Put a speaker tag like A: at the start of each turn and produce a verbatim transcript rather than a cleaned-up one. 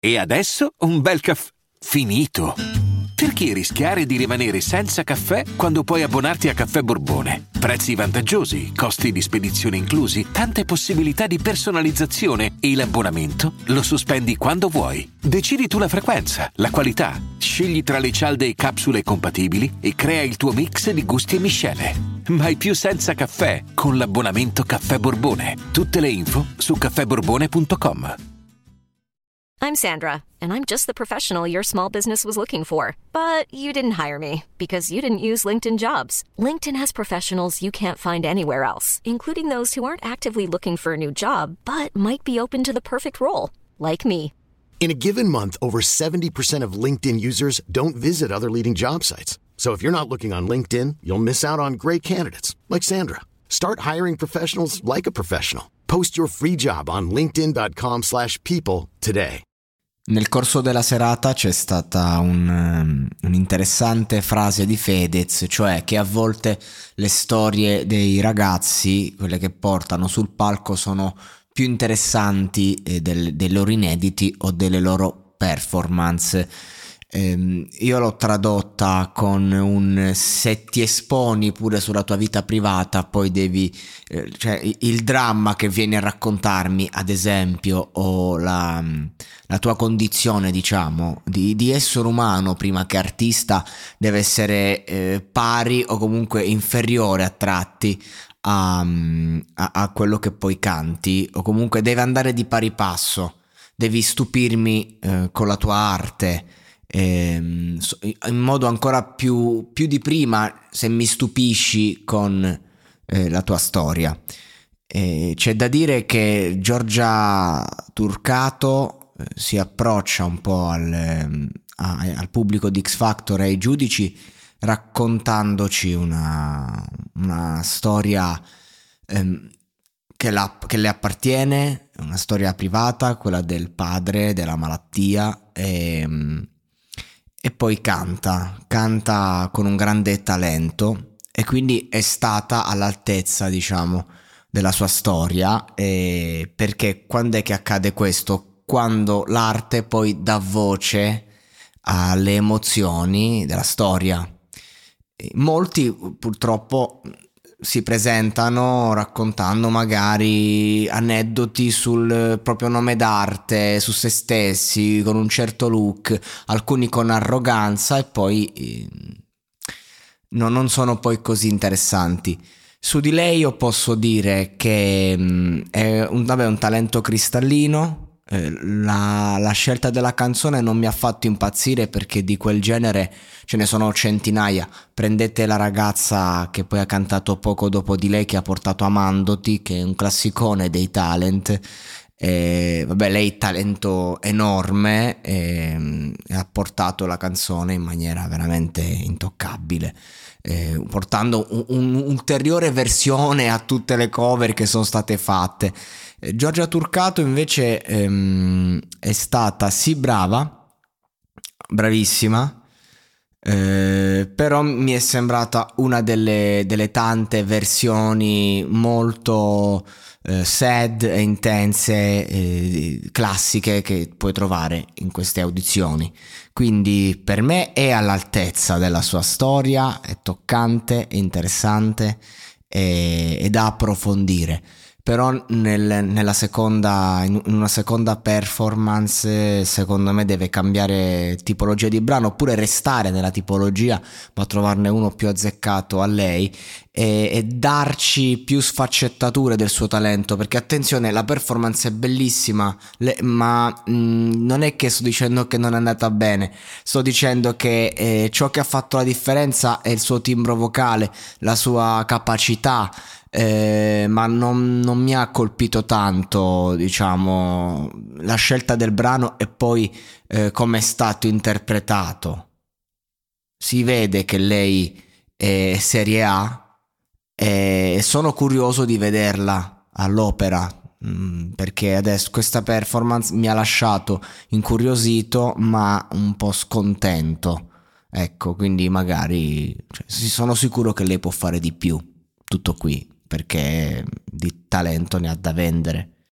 A: E adesso un bel caffè finito. Perché rischiare di rimanere senza caffè quando puoi abbonarti a Caffè Borbone? Prezzi vantaggiosi, costi di spedizione inclusi, tante possibilità di personalizzazione e l'abbonamento lo sospendi quando vuoi. Decidi tu la frequenza, la qualità, scegli tra le cialde e capsule compatibili e crea il tuo mix di gusti e miscele. Mai più senza caffè con l'abbonamento Caffè Borbone. Tutte le info su caffè borbone punto com.
B: I'm Sandra, and I'm just the professional your small business was looking for. But you didn't hire me because you didn't use LinkedIn Jobs. LinkedIn has professionals you can't find anywhere else, including those who aren't actively looking for a new job, but might be open to the perfect role, like me.
C: In a given month, over seventy percent of LinkedIn users don't visit other leading job sites. So if you're not looking on LinkedIn, you'll miss out on great candidates like Sandra. Start hiring professionals like a professional. Post your free job on linkedin dot com slash people today.
D: Nel corso della serata c'è stata un, um, un'interessante frase di Fedez, cioè che a volte le storie dei ragazzi, quelle che portano sul palco, sono più interessanti eh, del, dei loro inediti o delle loro performance. Eh, io l'ho tradotta con un: se ti esponi pure sulla tua vita privata, poi devi eh, cioè il dramma che vieni a raccontarmi, ad esempio, o la, la tua condizione, diciamo, di, di essere umano prima che artista, deve essere eh, pari o comunque inferiore a tratti a, a, a quello che poi canti, o comunque deve andare di pari passo. Devi stupirmi eh, con la tua arte, in modo ancora più, più di prima, se mi stupisci con eh, la tua storia. Eh, c'è da dire che Giorgia Turcato eh, si approccia un po' al, eh, a, al pubblico di X Factor e ai giudici, raccontandoci una, una storia ehm, che, la, che le appartiene, una storia privata, quella del padre, della malattia, e E poi canta, canta con un grande talento, e quindi è stata all'altezza, diciamo, della sua storia, e perché quando è che accade questo? Quando l'arte poi dà voce alle emozioni della storia. Molti purtroppo si presentano raccontando magari aneddoti sul proprio nome d'arte, su se stessi, con un certo look, alcuni con arroganza, e poi eh, no, non sono poi così interessanti. Su di lei io posso dire che mh, è un, vabbè, un talento cristallino. Eh, la, la scelta della canzone non mi ha fatto impazzire, perché di quel genere ce ne sono centinaia. Prendete la ragazza che poi ha cantato poco dopo di lei, che ha portato Amandoti, che è un classicone dei talent. E, vabbè, lei talento enorme, e, e ha portato la canzone in maniera veramente intoccabile, eh, portando un, un'ulteriore versione a tutte le cover che sono state fatte. eh, Giorgia Turcato invece ehm, è stata sì brava, bravissima, eh, però mi è sembrata una delle, delle tante versioni molto eh, sad e intense, eh, classiche, che puoi trovare in queste audizioni. Quindi per me è all'altezza della sua storia, è toccante, è interessante e, e da approfondire. Però nel, nella seconda, in una seconda performance, secondo me deve cambiare tipologia di brano, oppure restare nella tipologia ma trovarne uno più azzeccato a lei, e, e darci più sfaccettature del suo talento. Perché attenzione, la performance è bellissima, le, ma mh, non è che sto dicendo che non è andata bene, sto dicendo che eh, ciò che ha fatto la differenza è il suo timbro vocale, la sua capacità. Eh, ma non, non mi ha colpito tanto, diciamo, la scelta del brano e poi eh, come è stato interpretato. Si vede che lei è serie A, e sono curioso di vederla all'opera, mh, perché adesso questa performance mi ha lasciato incuriosito ma un po' scontento, ecco. Quindi magari, cioè, sono sicuro che lei può fare di più. Tutto qui, perché di talento ne ha da vendere.